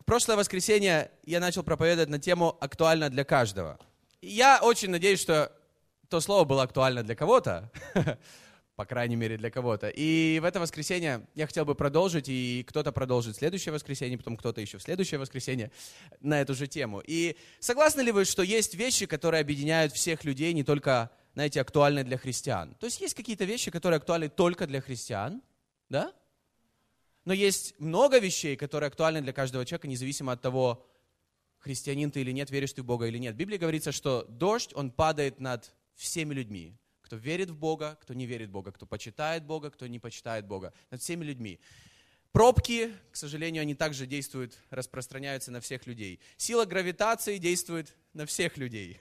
прошлое воскресенье я начал проповедовать на тему «Актуально для каждого». И я очень надеюсь, что то слово было актуально для кого-то, по крайней мере для кого-то. И в это воскресенье я хотел бы продолжить, и кто-то продолжит в следующее воскресенье, потом кто-то еще в следующее воскресенье на эту же тему. И согласны ли вы, что есть вещи, которые объединяют всех людей, не только, знаете, актуальны для христиан? То есть есть какие-то вещи, которые актуальны только для христиан, да? Но есть много вещей, которые актуальны для каждого человека, независимо от того, христианин ты или нет, веришь ты в Бога или нет. В Библии говорится, что дождь, он падает над всеми людьми. Кто верит в Бога, кто не верит в Бога, кто почитает Бога, кто не почитает Бога. Над всеми людьми. Пробки, к сожалению, они также действуют, распространяются на всех людей. Сила гравитации действует на всех людей.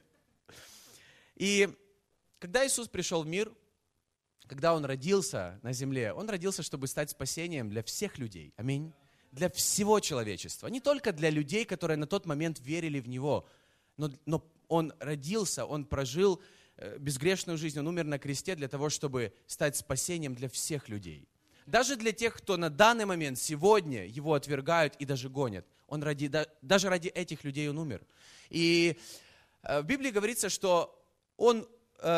И когда Иисус пришел в мир, когда Он родился на земле, Он родился, чтобы стать спасением для всех людей. Аминь. Для всего человечества. Не только для людей, которые на тот момент верили в Него. Но Он родился, Он прожил безгрешную жизнь, Он умер на кресте для того, чтобы стать спасением для всех людей. Даже для тех, кто на данный момент, сегодня, Его отвергают и даже гонят. Даже ради этих людей Он умер. И в Библии говорится, что Он...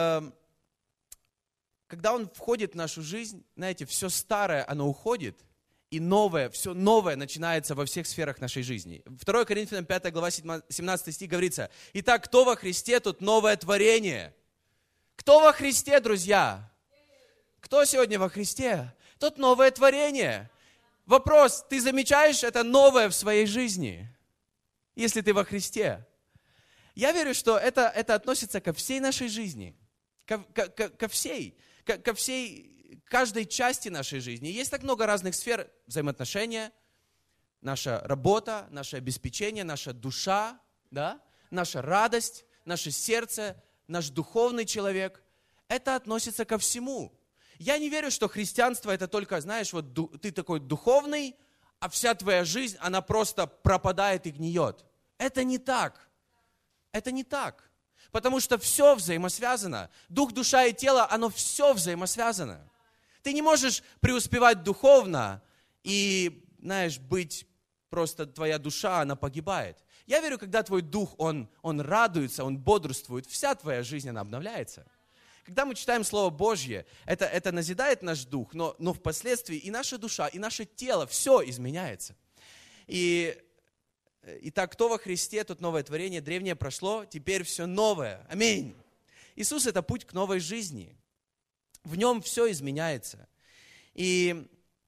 Когда Он входит в нашу жизнь, знаете, все старое, оно уходит, и новое, все новое начинается во всех сферах нашей жизни. 2 Коринфянам 5 глава 17 стих говорится: «Итак, кто во Христе, тот новое творение». Кто во Христе, друзья? Кто сегодня во Христе? Тот новое творение. Вопрос, ты замечаешь это новое в своей жизни, если ты во Христе? Я верю, что это относится ко всей нашей жизни, ко всей каждой части нашей жизни. Есть так много разных сфер взаимоотношения, наша работа, наше обеспечение, наша душа, да? Наша радость, наше сердце, наш духовный человек. Это относится ко всему. Я не верю, что христианство это только, знаешь, вот ты такой духовный, а вся твоя жизнь, она просто пропадает и гниет. Это не так. Это не так. Потому что все взаимосвязано. Дух, душа и тело, оно все взаимосвязано. Ты не можешь преуспевать духовно и, знаешь, быть просто твоя душа, она погибает. Я верю, когда твой дух, он радуется, он бодрствует, вся твоя жизнь, она обновляется. Когда мы читаем Слово Божье, это назидает наш дух, но впоследствии и наша душа, и наше тело, все изменяется. Итак, кто во Христе, тот новое творение, древнее прошло, теперь все новое. Аминь. Иисус – это путь к новой жизни. В нем все изменяется. И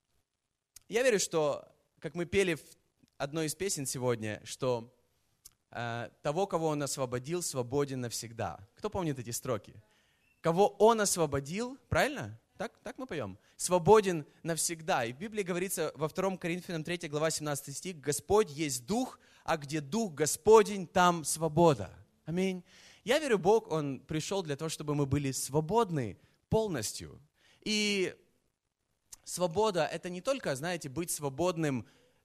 я верю, что, как мы пели в одной из песен сегодня, что того, кого Он освободил, свободен навсегда. Кто помнит эти строки? Кого Он освободил, правильно? Так мы поем? Свободен навсегда. И в Библии говорится во 2 Коринфянам 3 глава 17 стих: «Господь есть Дух, а где Дух Господень, там свобода». Аминь. Я верю, Бог, Он пришел для того, чтобы мы были свободны полностью. И свобода – это не только, знаете, быть свободным,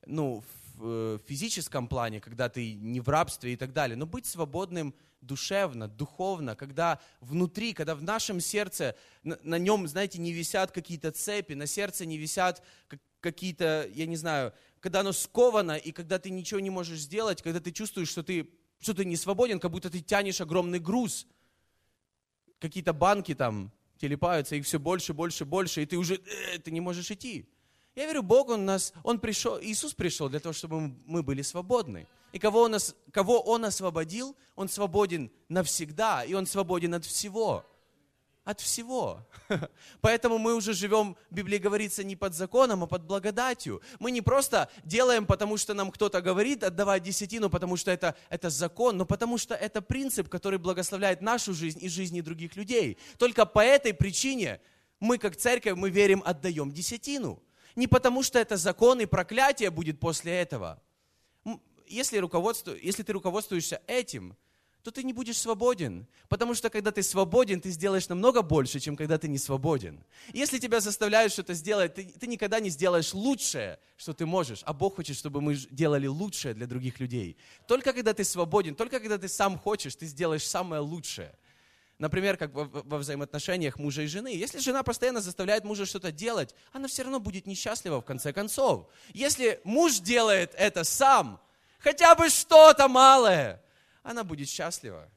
в физическом плане, когда ты не в рабстве и так далее, но быть свободным душевно, духовно, когда внутри, когда в нашем сердце, на нем, знаете, не висят какие-то цепи, на сердце не висят какие-то, я не знаю, когда оно сковано, и когда ты ничего не можешь сделать, когда ты чувствуешь, что ты не свободен, как будто ты тянешь огромный груз. Какие-то банки там телепаются, их все больше, больше, больше, и ты уже ты не можешь идти. Я верю, Бог, Иисус пришел для того, чтобы мы были свободны. И кого Он освободил, Он свободен навсегда, и Он свободен от всего. От всего. Поэтому мы уже живем, в Библии говорится, не под законом, а под благодатью. Мы не просто делаем, потому что нам кто-то говорит отдавать десятину, потому что это закон, но потому что это принцип, который благословляет нашу жизнь и жизни других людей. Только по этой причине мы, как церковь, мы верим, отдаем десятину. Не потому, что это закон и проклятие будет после этого. Если ты руководствуешься этим, то ты не будешь свободен. Потому что, когда ты свободен, ты сделаешь намного больше, чем когда ты не свободен. Если тебя заставляют что-то сделать, ты никогда не сделаешь лучшее, что ты можешь. А Бог хочет, чтобы мы делали лучшее для других людей. Только когда ты свободен, только когда ты сам хочешь, ты сделаешь самое лучшее. Например, как во взаимоотношениях мужа и жены. Если жена постоянно заставляет мужа что-то делать, она все равно будет несчастлива в конце концов. Если муж делает это сам, хотя бы что-то малое, она будет счастлива.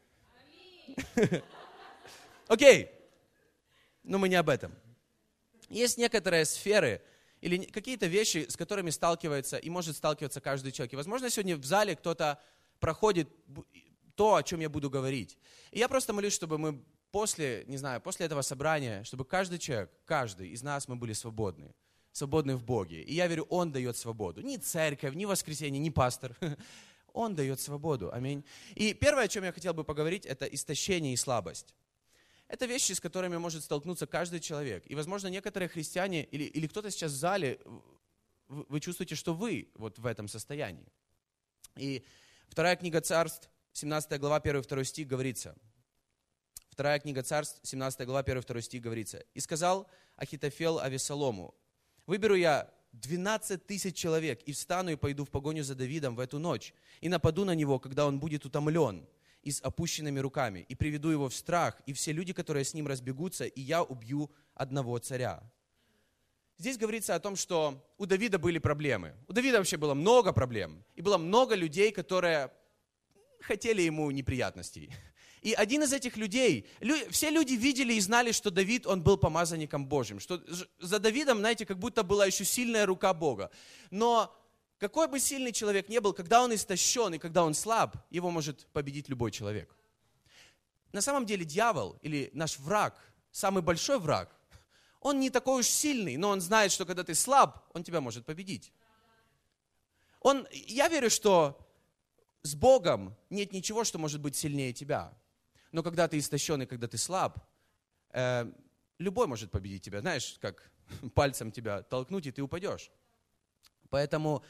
Окей, но мы не об этом. Есть некоторые сферы или какие-то вещи, с которыми сталкивается и может сталкиваться каждый человек. И, возможно, сегодня в зале кто-то проходит то, о чем я буду говорить. И я просто молюсь, чтобы мы после этого собрания, чтобы каждый человек, каждый из нас, мы были свободны. Свободны в Боге. И я верю, Он дает свободу. Ни церковь, ни воскресенье, ни пастор. Он дает свободу. Аминь. И первое, о чем я хотел бы поговорить, это истощение и слабость. Это вещи, с которыми может столкнуться каждый человек. И, возможно, некоторые христиане или кто-то сейчас в зале, вы чувствуете, что вы вот в этом состоянии. И вторая книга Царств, 17 глава, 1-2 стих говорится. Вторая книга Царств, 17 глава, 1-2 стих говорится. «И сказал Ахитофел Авесолому: выберу я 12 тысяч человек, и встану и пойду в погоню за Давидом в эту ночь, и нападу на него, когда он будет утомлен и с опущенными руками, и приведу его в страх, и все люди, которые с ним разбегутся, и я убью одного царя». Здесь говорится о том, что у Давида были проблемы. У Давида вообще было много проблем, и было много людей, которые хотели ему неприятностей. И один из этих людей, все люди видели и знали, что Давид, он был помазанником Божьим, что за Давидом, знаете, как будто была еще сильная рука Бога. Но какой бы сильный человек ни был, когда он истощен и когда он слаб, его может победить любой человек. На самом деле дьявол или наш враг, самый большой враг, он не такой уж сильный, но он знает, что когда ты слаб, он тебя может победить. Я верю, что с Богом нет ничего, что может быть сильнее тебя. Но когда ты истощен и когда ты слаб, любой может победить тебя. Знаешь, как пальцем тебя толкнуть, и ты упадешь. Поэтому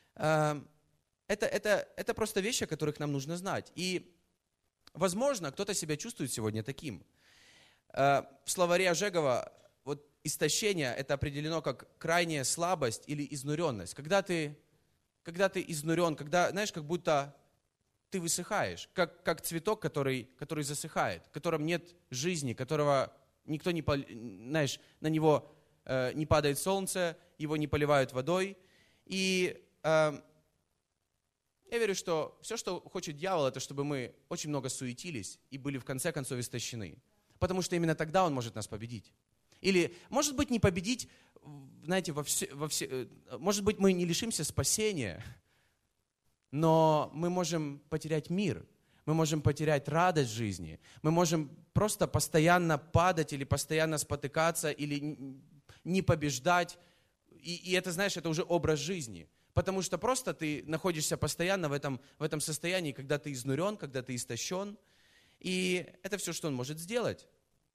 это просто вещи, о которых нам нужно знать. И, возможно, кто-то себя чувствует сегодня таким. В словаре Ожегова вот истощение это определено как крайняя слабость или изнуренность. Когда ты изнурен, когда, знаешь, как будто ты высыхаешь, как цветок, который засыхает, в котором нет жизни, которого никто не, знаешь, на него не падает солнце, его не поливают водой. И я верю, что все, что хочет дьявол, это чтобы мы очень много суетились и были в конце концов истощены. Потому что именно тогда он может нас победить. Или, может быть, не победить, знаете, может быть, мы не лишимся спасения, но мы можем потерять мир, мы можем потерять радость жизни, мы можем просто постоянно падать или постоянно спотыкаться, или не побеждать. И это, знаешь, это уже образ жизни. Потому что просто ты находишься постоянно в этом состоянии, когда ты изнурен, когда ты истощен. И это все, что он может сделать.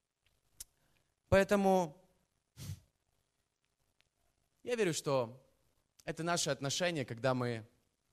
Поэтому я верю, что это наше отношение, когда мы,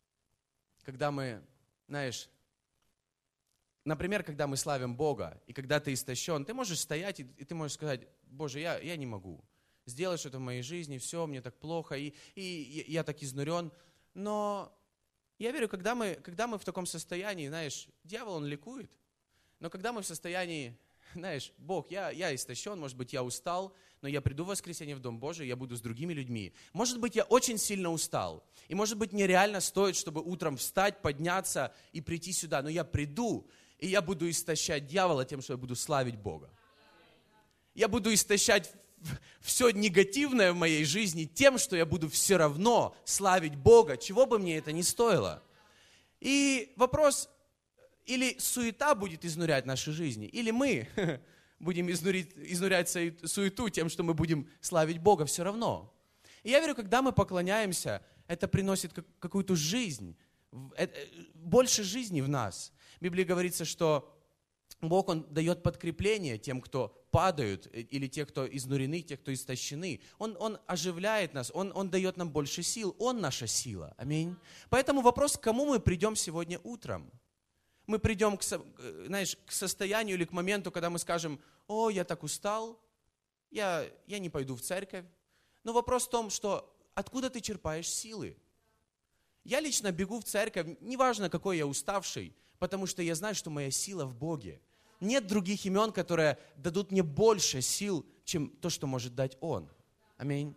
знаешь, например, когда мы славим Бога, и когда ты истощен, ты можешь стоять, и ты можешь сказать: Боже, я не могу сделать что-то в моей жизни, все, мне так плохо, и я так изнурен. Но я верю, когда мы в таком состоянии, знаешь, дьявол, он ликует, но когда мы в состоянии, знаешь, Бог, я истощен, может быть, я устал, но я приду в воскресенье в Дом Божий, я буду с другими людьми. Может быть, я очень сильно устал, и может быть, мне реально стоит, чтобы утром встать, подняться и прийти сюда, но я приду, и я буду истощать дьявола тем, что я буду славить Бога. Я буду истощать все негативное в моей жизни тем, что я буду все равно славить Бога, чего бы мне это ни стоило. И вопрос, или суета будет изнурять наши жизни, или мы будем изнурять суету тем, что мы будем славить Бога все равно. И я верю, когда мы поклоняемся, это приносит какую-то жизнь, больше жизни в нас. В Библии говорится, что Бог, Он дает подкрепление тем, кто падают, или те, кто изнурены, те, кто истощены. Он оживляет нас, Он дает нам больше сил, Он наша сила. Аминь. Поэтому вопрос, к кому мы придем сегодня утром? Мы придем к состоянию или к моменту, когда мы скажем: о, я так устал, я не пойду в церковь. Но вопрос в том, что откуда ты черпаешь силы? Я лично бегу в церковь, неважно, какой я уставший, потому что я знаю, что моя сила в Боге. нет других имен, которые дадут мне больше сил, чем то, что может дать Он. Аминь.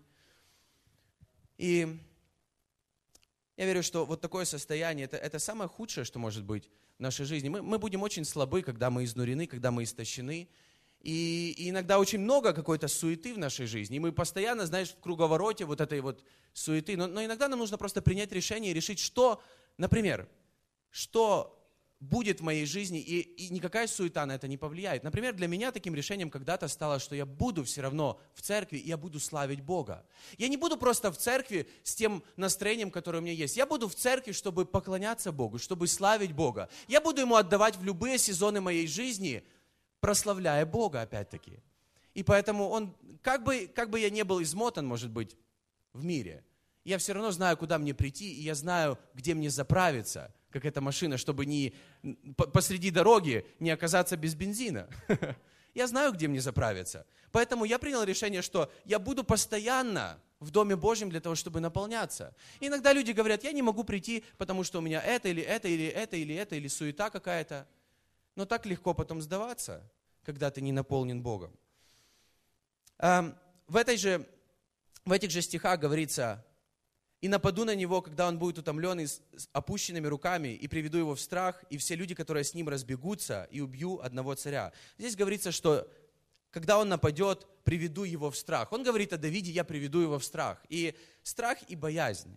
И я верю, что вот такое состояние, это самое худшее, что может быть в нашей жизни. Мы будем очень слабы, когда мы изнурены, когда мы истощены. И иногда очень много какой-то суеты в нашей жизни. И мы постоянно, знаешь, в круговороте вот этой вот суеты. Но иногда нам нужно просто принять решение и решить, что, например, что будет в моей жизни, и никакая суета на это не повлияет. Например, для меня таким решением когда-то стало, что я буду все равно в церкви, и я буду славить Бога. Я не буду просто в церкви с тем настроением, которое у меня есть. Я буду в церкви, чтобы поклоняться Богу, чтобы славить Бога. Я буду Ему отдавать в любые сезоны моей жизни, прославляя Бога, опять-таки. И поэтому Он, как бы я не был измотан, может быть, в мире, я все равно знаю, куда мне прийти, и я знаю, где мне заправиться, как эта машина, чтобы посреди дороги не оказаться без бензина. Я знаю, где мне заправиться. Поэтому я принял решение, что я буду постоянно в Доме Божьем для того, чтобы наполняться. И иногда люди говорят, я не могу прийти, потому что у меня это, или это, или это, или это, или суета какая-то. Но так легко потом сдаваться, когда ты не наполнен Богом. В этих же стихах говорится: «И нападу на него, когда он будет утомленный с опущенными руками, и приведу его в страх, и все люди, которые с ним разбегутся, и убью одного царя». Здесь говорится, что когда он нападет, приведу его в страх. Он говорит о Давиде: я приведу его в страх. И страх и боязнь.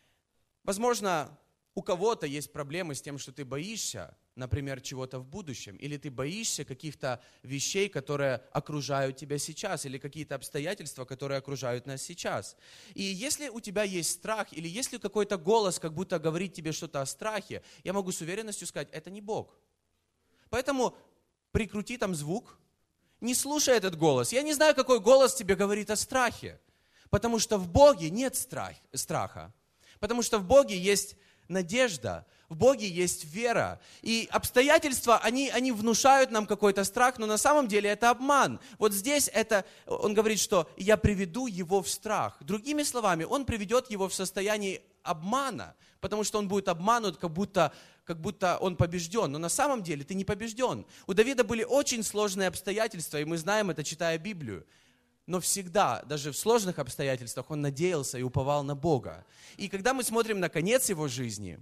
Возможно, у кого-то есть проблемы с тем, что ты боишься, например, чего-то в будущем, или ты боишься каких-то вещей, которые окружают тебя сейчас, или какие-то обстоятельства, которые окружают нас сейчас. И если у тебя есть страх, или если какой-то голос как будто говорит тебе что-то о страхе, я могу с уверенностью сказать, это не Бог. Поэтому прикрути там звук, не слушай этот голос. Я не знаю, какой голос тебе говорит о страхе, потому что в Боге нет страха, потому что в Боге есть надежда, в Боге есть вера. И обстоятельства, они внушают нам какой-то страх, но на самом деле это обман. Вот здесь он говорит, что я приведу его в страх. Другими словами, он приведет его в состояние обмана, потому что он будет обманут, как будто он побежден. Но на самом деле ты не побежден. У Давида были очень сложные обстоятельства, и мы знаем это, читая Библию. Но всегда, даже в сложных обстоятельствах, он надеялся и уповал на Бога. И когда мы смотрим на конец его жизни,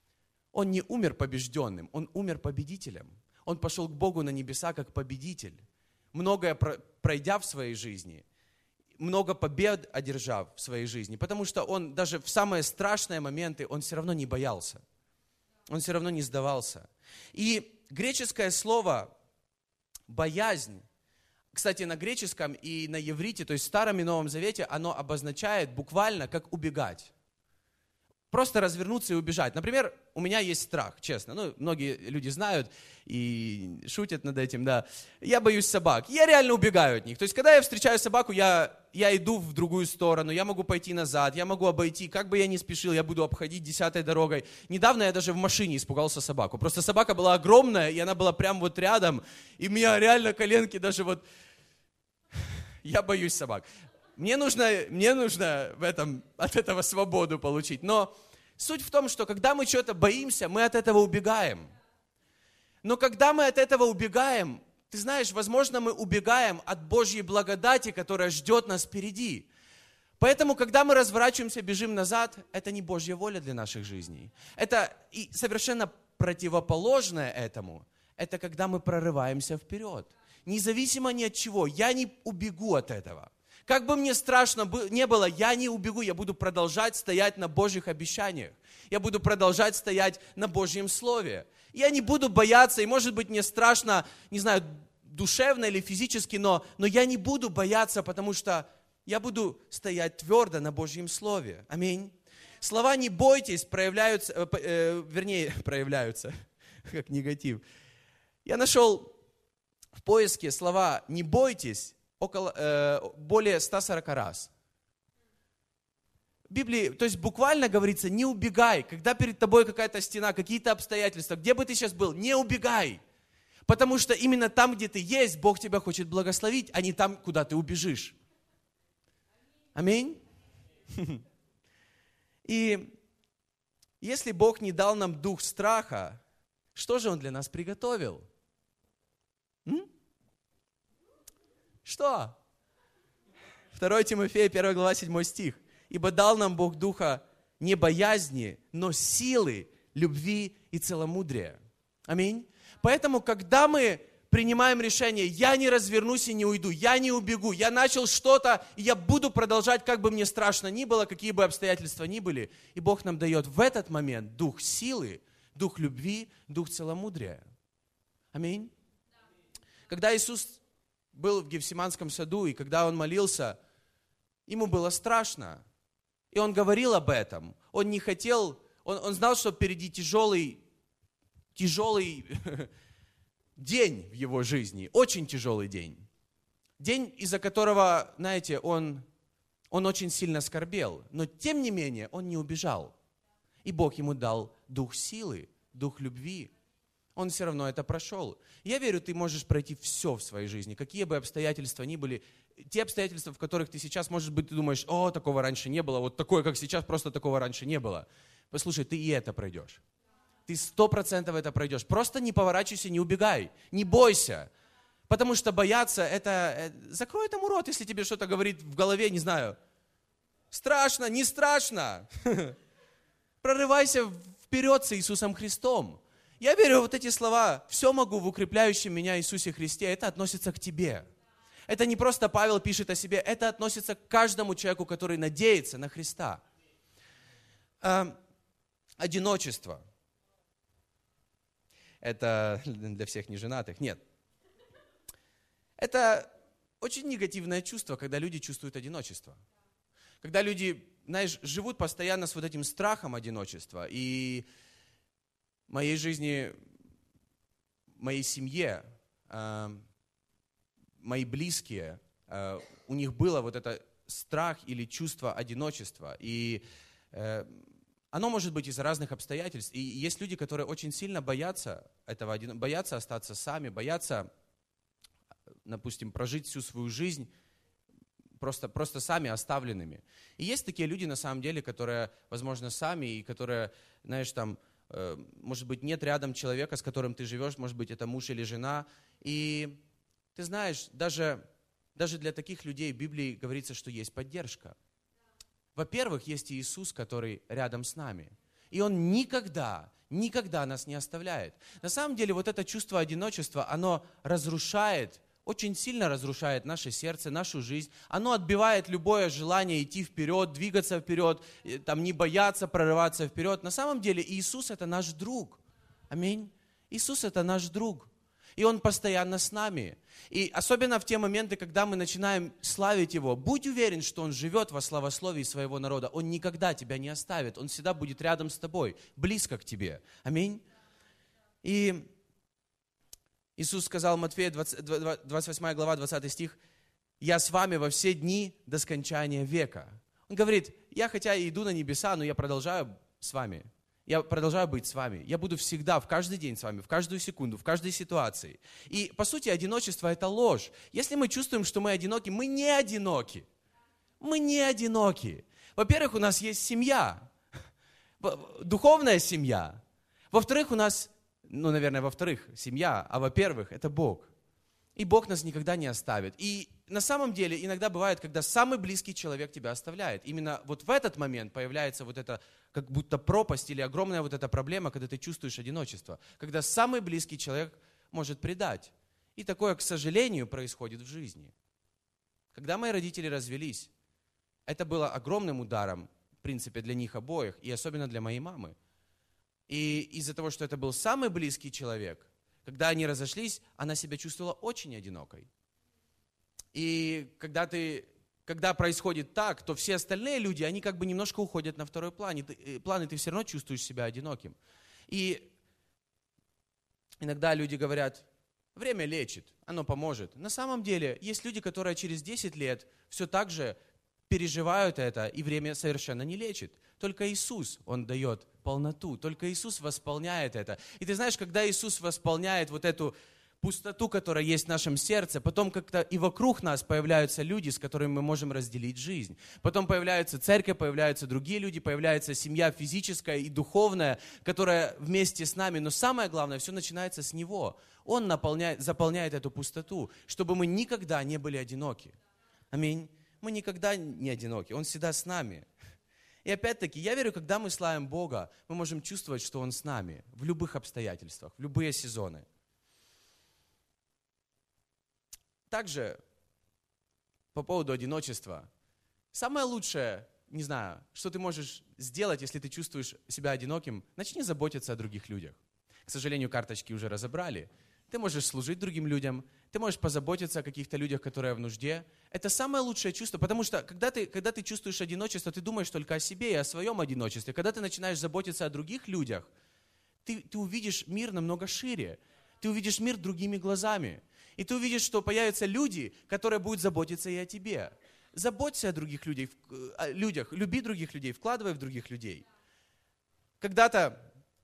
он не умер побежденным, он умер победителем. Он пошел к Богу на небеса как победитель, многое пройдя в своей жизни, много побед одержав в своей жизни, потому что он даже в самые страшные моменты, он все равно не боялся, он все равно не сдавался. И греческое слово «боязнь», кстати, на греческом и на иврите, то есть в Старом и Новом Завете, оно обозначает буквально как убегать. Просто развернуться и убежать. Например, у меня есть страх, честно. Многие люди знают и шутят над этим, да. Я боюсь собак. Я реально убегаю от них. То есть, когда я встречаю собаку, я иду в другую сторону, я могу пойти назад, я могу обойти. Как бы я ни спешил, я буду обходить 10-й дорогой. Недавно я даже в машине испугался собаку. Просто собака была огромная, и она была прямо вот рядом. И у меня реально коленки даже вот... Я боюсь собак. Мне нужно от этого свободу получить. Но суть в том, что когда мы чего-то боимся, мы от этого убегаем. Но когда мы от этого убегаем, ты знаешь, возможно, мы убегаем от Божьей благодати, которая ждет нас впереди. Поэтому, когда мы разворачиваемся, бежим назад, это не Божья воля для наших жизней. Это и совершенно противоположное этому. Это когда мы прорываемся вперед. Независимо ни от чего, я не убегу от этого. Как бы мне страшно не было, я не убегу, я буду продолжать стоять на Божьих обещаниях. Я буду продолжать стоять на Божьем Слове. Я не буду бояться, и может быть мне страшно, не знаю, душевно или физически, но я не буду бояться, потому что я буду стоять твердо на Божьем Слове. Аминь. Слова «не бойтесь» проявляются, как негатив. Я нашел в поиске слова «не бойтесь» более 140 раз. В Библии, то есть буквально говорится, не убегай, когда перед тобой какая-то стена, какие-то обстоятельства, где бы ты сейчас был, не убегай. Потому что именно там, где ты есть, Бог тебя хочет благословить, а не там, куда ты убежишь. Аминь. И если Бог не дал нам дух страха, что же Он для нас приготовил? Что? 2 Тимофея, 1 глава, 7 стих. «Ибо дал нам Бог духа не боязни, но силы, любви и целомудрия». Аминь. Поэтому, когда мы принимаем решение, я не развернусь и не уйду, я не убегу, я начал что-то, и я буду продолжать, как бы мне страшно ни было, какие бы обстоятельства ни были. И Бог нам дает в этот момент дух силы, дух любви, дух целомудрия. Аминь. Когда Иисус был в Гефсиманском саду, и когда Он молился, Ему было страшно. И Он говорил об этом. Он не хотел, он знал, что впереди тяжелый день в его жизни, очень тяжелый день. День, из-за которого, знаете, он очень сильно скорбел. Но тем не менее, он не убежал. И Бог ему дал дух силы, дух любви. Он все равно это прошел. Я верю, ты можешь пройти все в своей жизни, какие бы обстоятельства ни были. Те обстоятельства, в которых ты сейчас, может быть, ты думаешь, о, такого раньше не было, вот такое, как сейчас, просто такого раньше не было. Послушай, ты и это пройдешь. Ты 100% это пройдешь. Просто не поворачивайся, не убегай, не бойся. Потому что бояться, это... Закрой этому рот, если тебе что-то говорит в голове, не знаю. Страшно, не страшно. Прорывайся вперед с Иисусом Христом. Я верю, вот эти слова, все могу в укрепляющем меня Иисусе Христе, это относится к тебе. Это не просто Павел пишет о себе, это относится к каждому человеку, который надеется на Христа. Одиночество. Это для всех неженатых? Нет. Это очень негативное чувство, когда люди чувствуют одиночество. Когда люди, знаешь, живут постоянно с вот этим страхом одиночества. И в моей жизни, моей семье, мои близкие, у них было вот это страх или чувство одиночества. И оно может быть из-за разных обстоятельств. И есть люди, которые очень сильно боятся этого, боятся остаться сами, боятся, допустим, прожить всю свою жизнь просто сами оставленными. И есть такие люди, на самом деле, которые, возможно, сами, и которые, знаешь, там, может быть, нет рядом человека, с которым ты живешь, может быть, это муж или жена. И ты знаешь, даже для таких людей в Библии говорится, что есть поддержка. Во-первых, есть Иисус, который рядом с нами. И Он никогда нас не оставляет. На самом деле, вот это чувство одиночества, оно разрушает, очень сильно разрушает наше сердце, нашу жизнь. Оно отбивает любое желание идти вперед, двигаться вперед, там, не бояться прорываться вперед. На самом деле, Иисус – это наш друг. Аминь. Иисус – это наш друг. И Он постоянно с нами. И особенно в те моменты, когда мы начинаем славить Его, будь уверен, что Он живет во славословии своего народа. Он никогда тебя не оставит. Он всегда будет рядом с тобой, близко к тебе. Аминь. И Иисус сказал, Матфея 28 глава, 20 стих, «Я с вами во все дни до скончания века». Он говорит, я хотя и иду на небеса, но я продолжаю с вами. Я продолжаю быть с вами. Я буду всегда, в каждый день с вами, в каждую секунду, в каждой ситуации. И, по сути, одиночество – это ложь. Если мы чувствуем, что мы одиноки, мы не одиноки. Мы не одиноки. Во-первых, у нас есть семья, духовная семья. Во-вторых, у нас, во-вторых, семья, а во-первых, это Бог. И Бог нас никогда не оставит. И на самом деле иногда бывает, когда самый близкий человек тебя оставляет. Именно вот в этот момент появляется вот это как будто пропасть или огромная вот эта проблема, когда ты чувствуешь одиночество. Когда самый близкий человек может предать. И такое, к сожалению, происходит в жизни. Когда мои родители развелись, это было огромным ударом, в принципе, для них обоих, и особенно для моей мамы. И из-за того, что это был самый близкий человек, когда они разошлись, она себя чувствовала очень одинокой. И когда происходит так, то все остальные люди, они как бы немножко уходят на второй план, и ты все равно чувствуешь себя одиноким. И иногда люди говорят, время лечит, оно поможет. На самом деле, есть люди, которые через 10 лет все так же переживают это, и время совершенно не лечит. Только Иисус, Он дает полноту, только Иисус восполняет это. И ты знаешь, когда Иисус восполняет вот эту пустоту, которая есть в нашем сердце. Потом как-то и вокруг нас появляются люди, с которыми мы можем разделить жизнь. Потом появляется церковь, появляются другие люди, появляется семья физическая и духовная, которая вместе с нами. Но самое главное, все начинается с Него. Он заполняет эту пустоту, чтобы мы никогда не были одиноки. Аминь. Мы никогда не одиноки. Он всегда с нами. И опять-таки, я верю, когда мы славим Бога, мы можем чувствовать, что Он с нами в любых обстоятельствах, в любые сезоны. Также по поводу одиночества. Самое лучшее, не знаю, что ты можешь сделать, если ты чувствуешь себя одиноким, начни заботиться о других людях. К сожалению, карточки уже разобрали. Ты можешь служить другим людям, ты можешь позаботиться о каких-то людях, которые в нужде. Это самое лучшее чувство, потому что когда ты чувствуешь одиночество, ты думаешь только о себе и о своем одиночестве. Когда ты начинаешь заботиться о других людях, ты увидишь мир намного шире, ты увидишь мир другими глазами. И ты увидишь, что появятся люди, которые будут заботиться и о тебе. Заботься о других людях, люби других людей, вкладывай в других людей. Когда-то,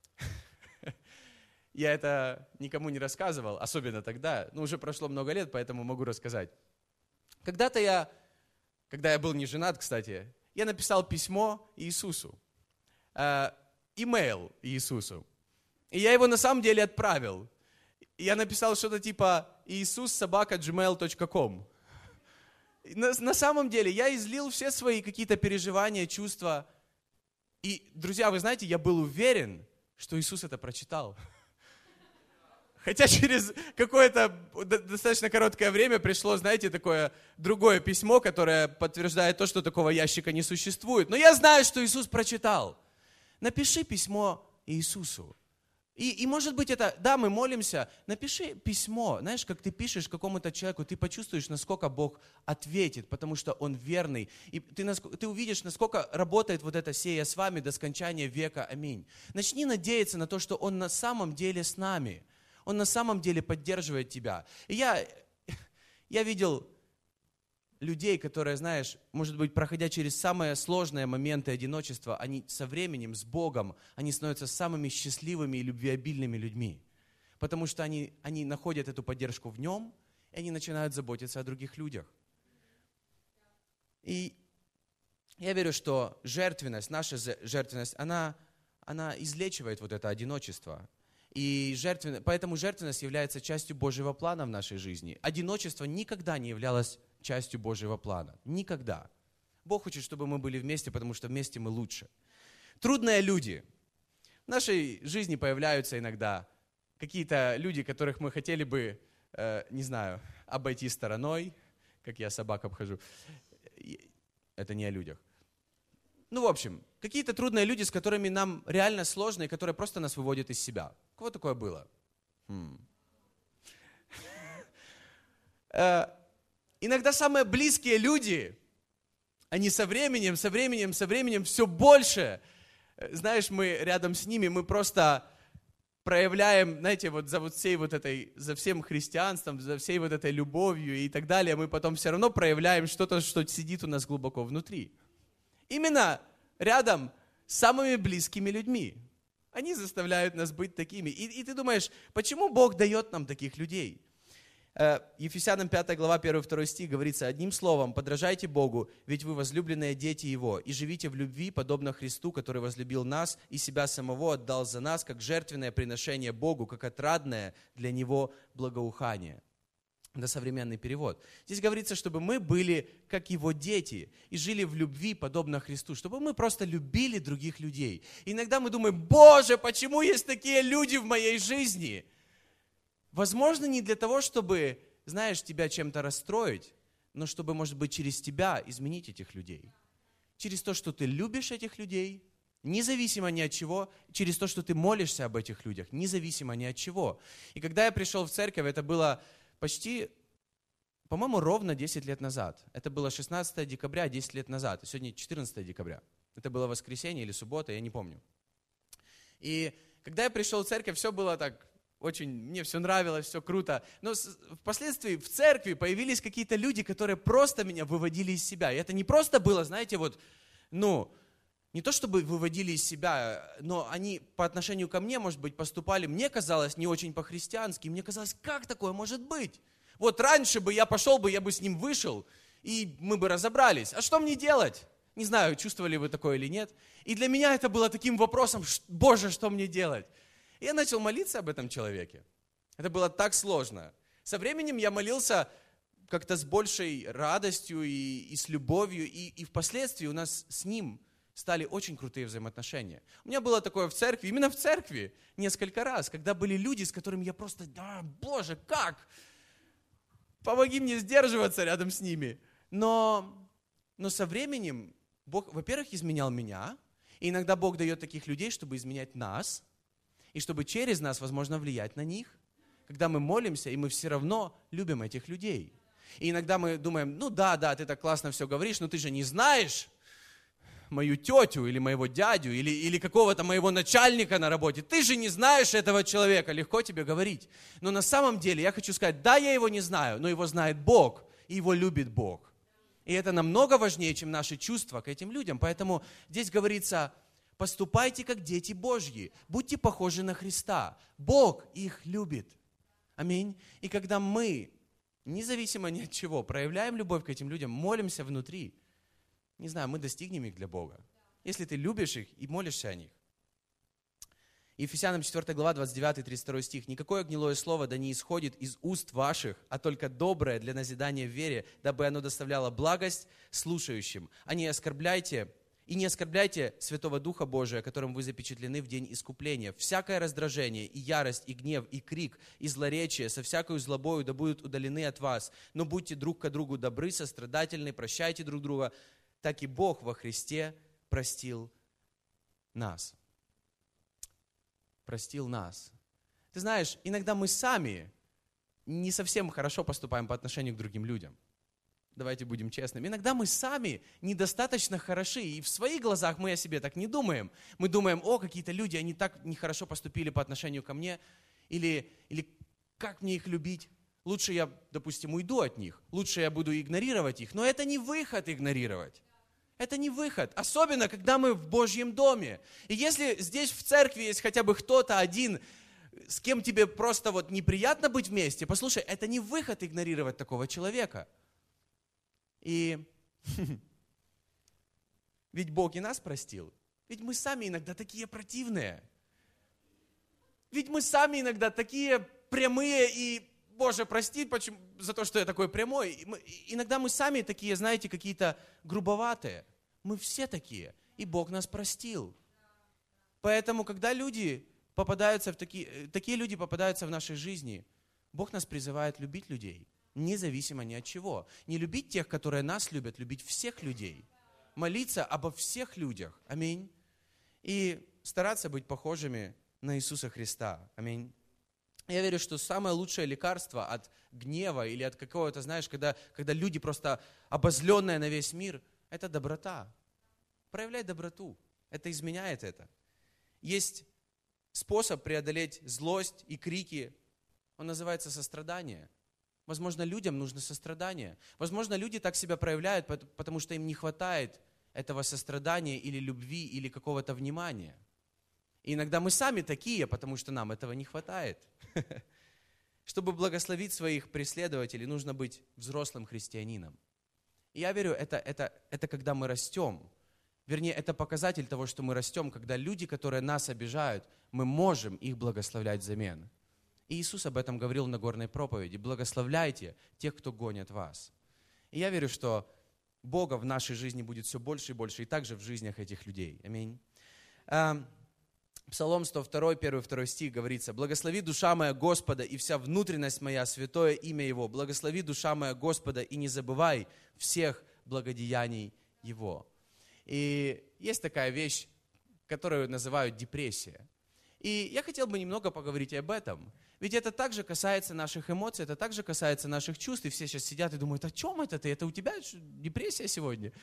я это никому не рассказывал, особенно тогда, уже прошло много лет, поэтому могу рассказать. Когда я был не женат, кстати, я написал письмо Иисусу, имейл Иисусу. И я его на самом деле отправил. Я написал что-то типа iisus@gmail.com. На самом деле я излил все свои какие-то переживания, чувства. И, друзья, вы знаете, я был уверен, что Иисус это прочитал. Хотя через какое-то достаточно короткое время пришло, знаете, такое другое письмо, которое подтверждает то, что такого ящика не существует. Но я знаю, что Иисус прочитал. Напиши письмо Иисусу. И может быть мы молимся, напиши письмо, знаешь, как ты пишешь какому-то человеку, ты почувствуешь, насколько Бог ответит, потому что Он верный. И ты увидишь, насколько работает вот это «сея с вами до скончания века». Аминь. Начни надеяться на то, что Он на самом деле с нами. Он на самом деле поддерживает тебя. И я видел людей, которые, знаешь, может быть, проходя через самые сложные моменты одиночества, они со временем, с Богом, они становятся самыми счастливыми и любвеобильными людьми. Потому что они находят эту поддержку в Нем, и они начинают заботиться о других людях. И я верю, что наша жертвенность, она излечивает вот это одиночество. И поэтому жертвенность является частью Божьего плана в нашей жизни. Одиночество никогда не являлось частью Божьего плана. Никогда. Бог хочет, чтобы мы были вместе, потому что вместе мы лучше. Трудные люди. В нашей жизни появляются иногда какие-то люди, которых мы хотели бы, обойти стороной, как я собак обхожу. Это не о людях. В общем, какие-то трудные люди, с которыми нам реально сложно, и которые просто нас выводят из себя. У кого такое было? Иногда самые близкие люди, они со временем все больше, знаешь, мы рядом с ними, мы просто проявляем, знаете, за всем христианством, за всей вот этой любовью и так далее, мы потом все равно проявляем что-то, что сидит у нас глубоко внутри. Именно рядом с самыми близкими людьми. Они заставляют нас быть такими. И ты думаешь, почему Бог дает нам таких людей? Ефесянам 5 глава 1-2 стих говорится: «Одним словом, подражайте Богу, ведь вы возлюбленные дети Его, и живите в любви, подобно Христу, который возлюбил нас и себя самого отдал за нас, как жертвенное приношение Богу, как отрадное для Него благоухание». Это современный перевод. Здесь говорится, чтобы мы были как Его дети и жили в любви, подобно Христу, чтобы мы просто любили других людей. И иногда мы думаем: Боже, почему есть такие люди в моей жизни? Возможно, не для того, чтобы, знаешь, тебя чем-то расстроить, но чтобы, может быть, через тебя изменить этих людей. Через то, что ты любишь этих людей, независимо ни от чего, через то, что ты молишься об этих людях, независимо ни от чего. И когда я пришел в церковь, это было почти, по-моему, ровно 10 лет назад. Это было 16 декабря, 10 лет назад. И сегодня 14 декабря. Это было воскресенье или суббота, я не помню. И когда я пришел в церковь, все было так... мне все нравилось, все круто. Но впоследствии в церкви появились какие-то люди, которые просто меня выводили из себя. И это не просто было, знаете, не то чтобы выводили из себя, но они по отношению ко мне, может быть, поступали, мне казалось, не очень по-христиански. Мне казалось, как такое может быть? Вот раньше бы я пошел бы, я бы с ним вышел, и мы бы разобрались. А что мне делать? Не знаю, чувствовали вы такое или нет. И для меня это было таким вопросом, Боже, что мне делать? И я начал молиться об этом человеке. Это было так сложно. Со временем я молился как-то с большей радостью и с любовью, и впоследствии у нас с ним стали очень крутые взаимоотношения. У меня было такое в церкви, именно в церкви, несколько раз, когда были люди, с которыми я просто, Боже, как? Помоги мне сдерживаться рядом с ними. Но со временем Бог, во-первых, изменял меня, и иногда Бог дает таких людей, чтобы изменять нас, и чтобы через нас, возможно, влиять на них, когда мы молимся, и мы все равно любим этих людей. И иногда мы думаем, да, ты так классно все говоришь, но ты же не знаешь мою тетю или моего дядю, или какого-то моего начальника на работе. Ты же не знаешь этого человека, легко тебе говорить. Но на самом деле я хочу сказать, да, я его не знаю, но его знает Бог, и его любит Бог. И это намного важнее, чем наши чувства к этим людям. Поэтому здесь говорится, поступайте как дети Божьи, будьте похожи на Христа. Бог их любит. Аминь. И когда мы, независимо ни от чего, проявляем любовь к этим людям, молимся внутри, не знаю, мы достигнем их для Бога. Если ты любишь их и молишься о них. Ефесянам 4 глава, 29-32 стих. «Никакое гнилое слово да не исходит из уст ваших, а только доброе для назидания в вере, дабы оно доставляло благость слушающим. Не оскорбляйте Святого Духа Божия, которым вы запечатлены в день искупления. Всякое раздражение, и ярость, и гнев, и крик, и злоречие, со всякою злобою да будут удалены от вас. Но будьте друг к другу добры, сострадательны, прощайте друг друга, так и Бог во Христе простил нас». Простил нас. Ты знаешь, иногда мы сами не совсем хорошо поступаем по отношению к другим людям. Давайте будем честными. Иногда мы сами недостаточно хороши, и в своих глазах мы о себе так не думаем. Мы думаем, какие-то люди, они так нехорошо поступили по отношению ко мне, или как мне их любить? Лучше я, допустим, уйду от них, лучше я буду игнорировать их. Но это не выход игнорировать. Это не выход, особенно когда мы в Божьем доме. И если здесь в церкви есть хотя бы кто-то один, с кем тебе просто неприятно быть вместе, послушай, это не выход игнорировать такого человека. И ведь Бог и нас простил. Ведь мы сами иногда такие противные. Ведь мы сами иногда такие прямые и, Боже, прости за то, что я такой прямой. Иногда мы сами такие, знаете, какие-то грубоватые. Мы все такие. И Бог нас простил. Поэтому, когда люди попадаются такие люди попадаются в нашей жизни, Бог нас призывает любить людей, независимо ни от чего. Не любить тех, которые нас любят, любить всех людей. Молиться обо всех людях. Аминь. И стараться быть похожими на Иисуса Христа. Аминь. Я верю, что самое лучшее лекарство от гнева или от какого-то, знаешь, когда люди просто обозленные на весь мир, это доброта. Проявляй доброту. Это изменяет это. Есть способ преодолеть злость и крики. Он называется сострадание. Возможно, людям нужно сострадание. Возможно, люди так себя проявляют, потому что им не хватает этого сострадания или любви, или какого-то внимания. И иногда мы сами такие, потому что нам этого не хватает. Чтобы благословить своих преследователей, нужно быть взрослым христианином. И я верю, это когда мы растем. Вернее, это показатель того, что мы растем, когда люди, которые нас обижают, мы можем их благословлять взамен. И Иисус об этом говорил в Нагорной проповеди. Благословляйте тех, кто гонит вас. И я верю, что Бога в нашей жизни будет все больше и больше, и также в жизнях этих людей. Аминь. Псалом 102, 1-2 стих говорится: «Благослови душа моя Господа, и вся внутренность моя, святое имя Его. Благослови душа моя Господа, и не забывай всех благодеяний Его». И есть такая вещь, которую называют депрессия. И я хотел бы немного поговорить об этом. Ведь это также касается наших эмоций, это также касается наших чувств. И все сейчас сидят и думают: о чем это ты? Это у тебя депрессия сегодня?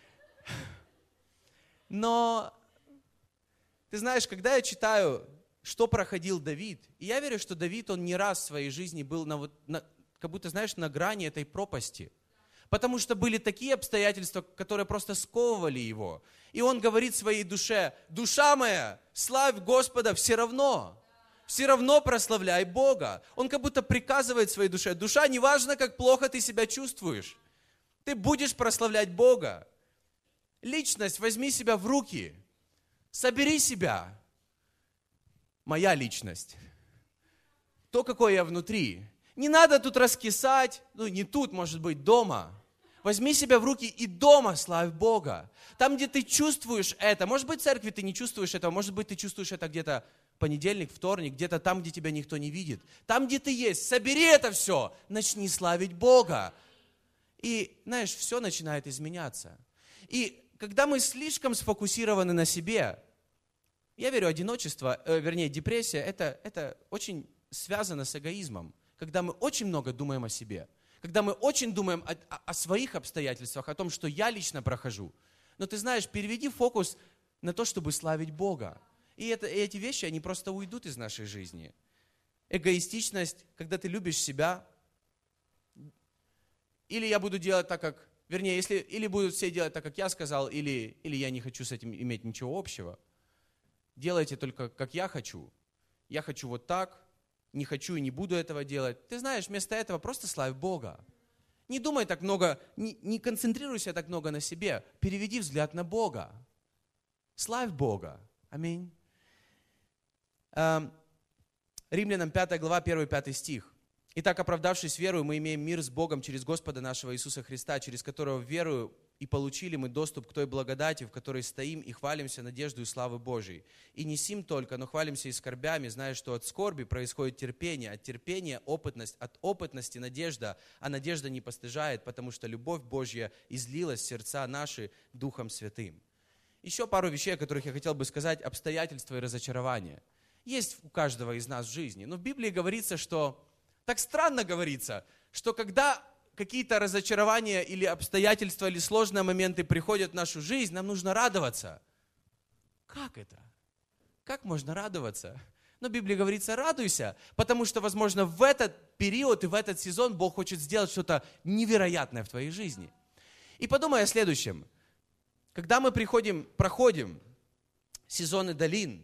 Но ты знаешь, когда я читаю, что проходил Давид, и я верю, что Давид, он не раз в своей жизни был как будто, знаешь, на грани этой пропасти. Потому что были такие обстоятельства, которые просто сковывали его. И он говорит своей душе: душа моя, славь Господа все равно прославляй Бога. Он как будто приказывает своей душе: душа, неважно, как плохо ты себя чувствуешь, ты будешь прославлять Бога. Личность, возьми себя в руки, собери себя. Моя личность, то, какой я внутри. Не надо тут раскисать, не тут, может быть, дома. Возьми себя в руки и дома славь Бога. Там, где ты чувствуешь это, может быть, в церкви ты не чувствуешь этого, может быть, ты чувствуешь это где-то понедельник, вторник, где-то там, где тебя никто не видит. Там, где ты есть, собери это все, начни славить Бога. И, знаешь, все начинает изменяться. И когда мы слишком сфокусированы на себе, я верю, одиночество, депрессия, это очень связано с эгоизмом. Когда мы очень много думаем о себе, когда мы очень думаем о своих обстоятельствах, о том, что я лично прохожу. Но ты знаешь, переведи фокус на то, чтобы славить Бога. И эти вещи, они просто уйдут из нашей жизни. Эгоистичность, когда ты любишь себя, или я буду делать так, как, или будут все делать так, как я сказал, или я не хочу с этим иметь ничего общего. Делайте только, как я хочу. Я хочу вот так, не хочу и не буду этого делать. Ты знаешь, вместо этого просто славь Бога. Не думай так много, не концентрируйся так много на себе. Переведи взгляд на Бога. Славь Бога. Аминь. Римлянам 5 глава, 1-5 стих. «Итак, оправдавшись верою, мы имеем мир с Богом через Господа нашего Иисуса Христа, через которого верою и получили мы доступ к той благодати, в которой стоим и хвалимся надеждою славы Божией. И не сим только, но хвалимся и скорбями, зная, что от скорби происходит терпение, от терпения опытность, от опытности надежда, а надежда не постыжает, потому что любовь Божья излилась в сердца наши Духом Святым». Еще пару вещей, о которых я хотел бы сказать: обстоятельства и разочарования. Есть у каждого из нас в жизни, но в Библии говорится, что, так странно говорится, что когда какие-то разочарования или обстоятельства, или сложные моменты приходят в нашу жизнь, нам нужно радоваться. Как это? Как можно радоваться? Но в Библии говорится: радуйся, потому что, возможно, в этот период и в этот сезон Бог хочет сделать что-то невероятное в твоей жизни. И подумай о следующем. Когда мы проходим сезоны долин,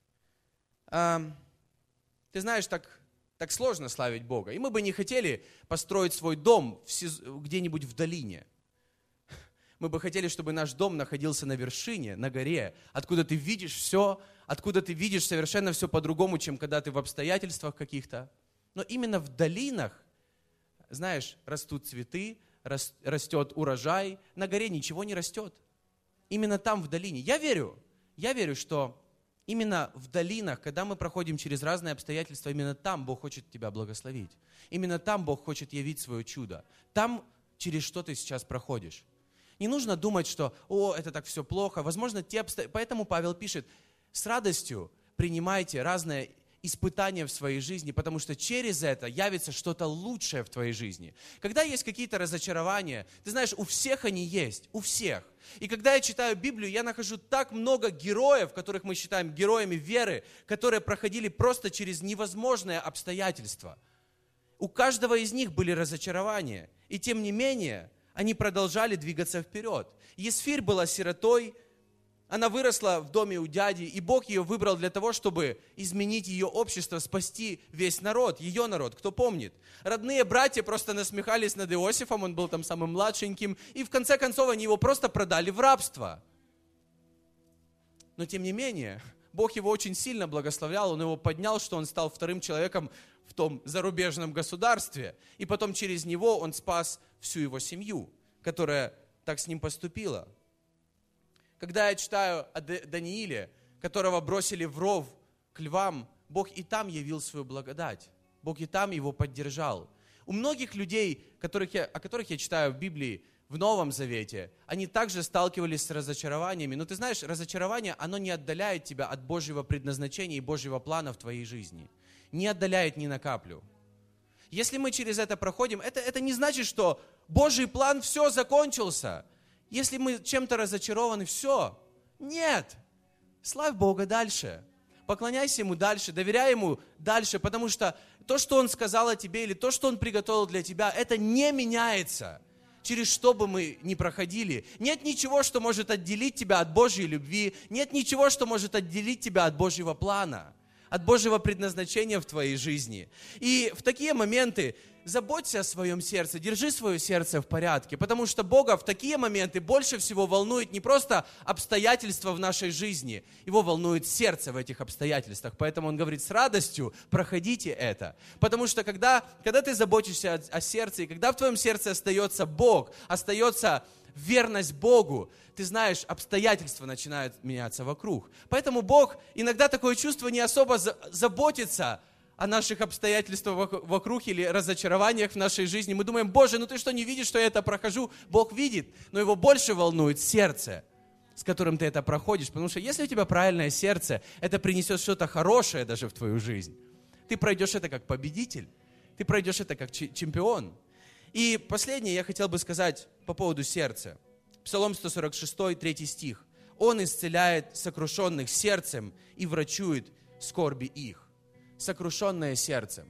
ты знаешь, так сложно славить Бога. И мы бы не хотели построить свой дом где-нибудь в долине. Мы бы хотели, чтобы наш дом находился на вершине, на горе, откуда ты видишь все, откуда ты видишь совершенно все по-другому, чем когда ты в обстоятельствах каких-то. Но именно в долинах, знаешь, растут цветы, растет урожай, на горе ничего не растет. Именно там, в долине. Я верю, что именно в долинах, когда мы проходим через разные обстоятельства, именно там Бог хочет тебя благословить. Именно там Бог хочет явить свое чудо. Там, через что ты сейчас проходишь. Не нужно думать, что это так все плохо. Возможно, поэтому Павел пишет: с радостью принимайте разные испытания в своей жизни, потому что через это явится что-то лучшее в твоей жизни. Когда есть какие-то разочарования, ты знаешь, у всех они есть, у всех. И когда я читаю Библию, я нахожу так много героев, которых мы считаем героями веры, которые проходили просто через невозможные обстоятельства. У каждого из них были разочарования, и тем не менее они продолжали двигаться вперед. Есфирь была сиротой, она выросла в доме у дяди, и Бог ее выбрал для того, чтобы изменить ее общество, спасти весь народ, ее народ, кто помнит. Родные братья просто насмехались над Иосифом, он был там самым младшеньким, и в конце концов они его просто продали в рабство. Но тем не менее, Бог его очень сильно благословлял, он его поднял, что он стал вторым человеком в том зарубежном государстве, и потом через него он спас всю его семью, которая так с ним поступила. Когда я читаю о Данииле, которого бросили в ров к львам, Бог и там явил свою благодать. Бог и там его поддержал. У многих людей, о которых я читаю в Библии, в Новом Завете, они также сталкивались с разочарованиями. Но ты знаешь, разочарование, оно не отдаляет тебя от Божьего предназначения и Божьего плана в твоей жизни. Не отдаляет ни на каплю. Если мы через это проходим, это не значит, что Божий план все закончился. Если мы чем-то разочарованы, все. Нет. Славь Бога дальше. Поклоняйся Ему дальше, доверяй Ему дальше, потому что то, что Он сказал о тебе, или то, что Он приготовил для тебя, это не меняется. через что бы мы ни проходили. Нет ничего, что может отделить тебя от Божьей любви. Нет ничего, что может отделить тебя от Божьего плана, от Божьего предназначения в твоей жизни. И в такие моменты заботься о своем сердце, держи свое сердце в порядке, потому что Бога в такие моменты больше всего волнует не просто обстоятельства в нашей жизни, Его волнует сердце в этих обстоятельствах. Поэтому Он говорит, с радостью проходите это. Потому что когда ты заботишься о сердце, и когда в твоем сердце остается Бог, остается верность Богу, ты знаешь, обстоятельства начинают меняться вокруг. Поэтому Бог иногда такое чувство не особо заботится о наших обстоятельствах вокруг или разочарованиях в нашей жизни. Мы думаем, Боже, ну ты что, не видишь, что я это прохожу? Бог видит, но Его больше волнует сердце, с которым ты это проходишь. Потому что если у тебя правильное сердце, это принесет что-то хорошее даже в твою жизнь. Ты пройдешь это как победитель, ты пройдешь это как чемпион. И последнее я хотел бы сказать по поводу сердца. Псалом 146, 3 стих. Он исцеляет сокрушенных сердцем и врачует скорби их. Сокрушенное сердце.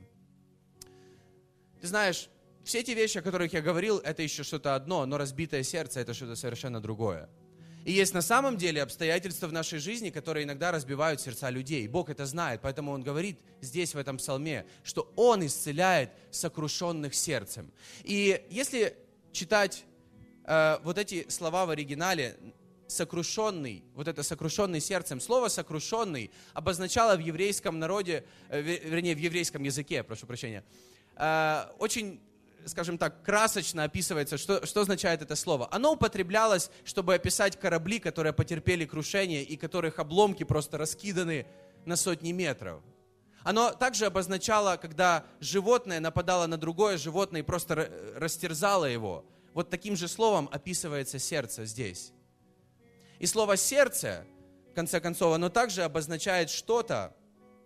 Ты знаешь, все эти вещи, о которых я говорил, это еще что-то одно, но разбитое сердце – это что-то совершенно другое. И есть на самом деле обстоятельства в нашей жизни, которые иногда разбивают сердца людей. Бог это знает, поэтому Он говорит здесь, в этом псалме, что Он исцеляет сокрушенных сердцем. И если читать вот эти слова в оригинале, сокрушенный, вот это сокрушенный сердцем, слово сокрушенный обозначало в еврейском народе, вернее, в еврейском языке, прошу прощения, очень, скажем так, красочно описывается, что означает это слово. Оно употреблялось, чтобы описать корабли, которые потерпели крушение и которых обломки просто раскиданы на сотни метров. Оно также обозначало, когда животное нападало на другое животное и просто растерзало его. Вот таким же словом описывается сердце здесь. И слово «сердце», в конце концов, оно также обозначает что-то,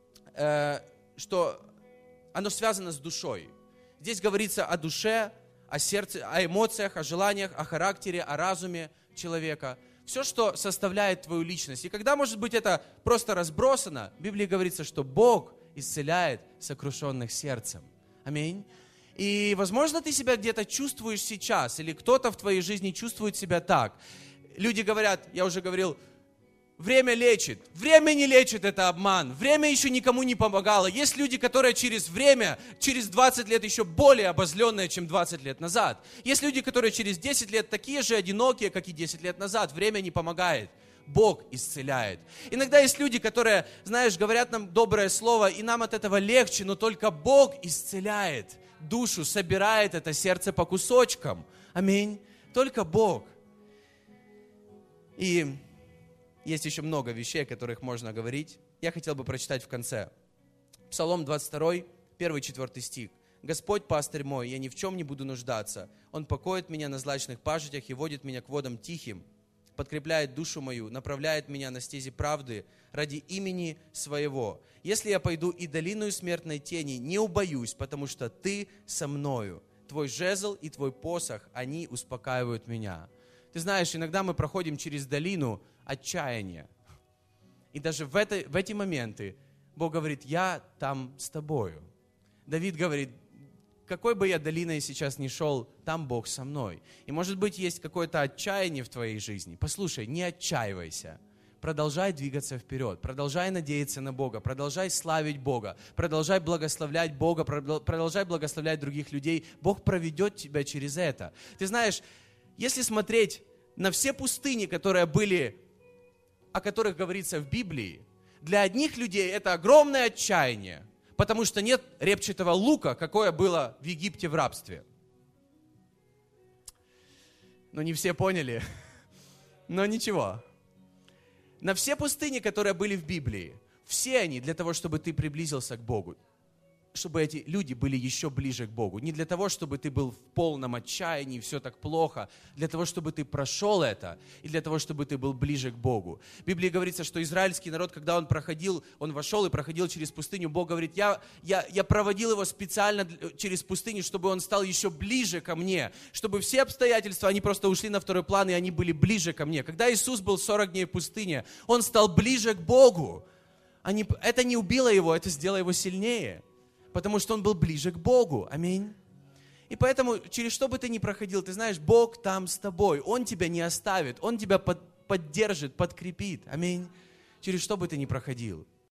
что оно связано с душой. Здесь говорится о душе, о сердце, о эмоциях, о желаниях, о характере, о разуме человека. Все, что составляет твою личность. И когда, может быть, это просто разбросано, в Библии говорится, что Бог исцеляет сокрушенных сердцем. Аминь. И, возможно, ты себя где-то чувствуешь сейчас, или кто-то в твоей жизни чувствует себя так. Люди говорят, я уже говорил, время лечит. Время не лечит, это обман. Время еще никому не помогало. Есть люди, которые через время, через 20 лет еще более обозленные, чем 20 лет назад. Есть люди, которые через 10 лет такие же одинокие, как и 10 лет назад. Время не помогает. Бог исцеляет. Иногда есть люди, которые, знаешь, говорят нам доброе слово, и нам от этого легче, но только Бог исцеляет душу, собирает это сердце по кусочкам. Аминь. Только Бог. И есть еще много вещей, о которых можно говорить. Я хотел бы прочитать в конце. Псалом 22, 1-4 стих. «Господь пастырь мой, я ни в чем не буду нуждаться. Он покоит меня на злачных пажитях и водит меня к водам тихим, подкрепляет душу мою, направляет меня на стези правды ради имени своего. Если я пойду и долиною смертной тени, не убоюсь, потому что ты со мною. Твой жезл и твой посох, они успокаивают меня». Ты знаешь, иногда мы проходим через долину отчаяния. И даже в эти моменты Бог говорит, я там с тобою. Давид говорит, какой бы я долиной сейчас ни шел, там Бог со мной. И может быть есть какое-то отчаяние в твоей жизни. Послушай, не отчаивайся. Продолжай двигаться вперед, продолжай надеяться на Бога, продолжай славить Бога, продолжай благословлять Бога, продолжай благословлять других людей. Бог проведет тебя через это. Ты знаешь, если смотреть на все пустыни, которые были, о которых говорится в Библии, для одних людей это огромное отчаяние, потому что нет репчатого лука, какое было в Египте в рабстве. Но не все поняли. Но ничего. На все пустыни, которые были в Библии, все они для того, чтобы ты приблизился к Богу. Чтобы эти люди были еще ближе к Богу. Не для того, чтобы ты был в полном отчаянии, все так плохо. Для того, чтобы ты прошел это. И для того, чтобы ты был ближе к Богу. В Библии говорится, что израильский народ, когда он вошел и проходил через пустыню, Бог говорит, я проводил его специально через пустыню, чтобы он стал еще ближе ко мне. Чтобы все обстоятельства, они просто ушли на второй план, и они были ближе ко мне. Когда Иисус был 40 дней в пустыне, он стал ближе к Богу. Это не убило его, это сделало его сильнее. Потому что он был ближе к Богу. Аминь. И поэтому, через что бы ты ни проходил, ты знаешь, Бог там с тобой. Он тебя не оставит, Он тебя поддержит, подкрепит. Аминь. Через что бы ты ни проходил.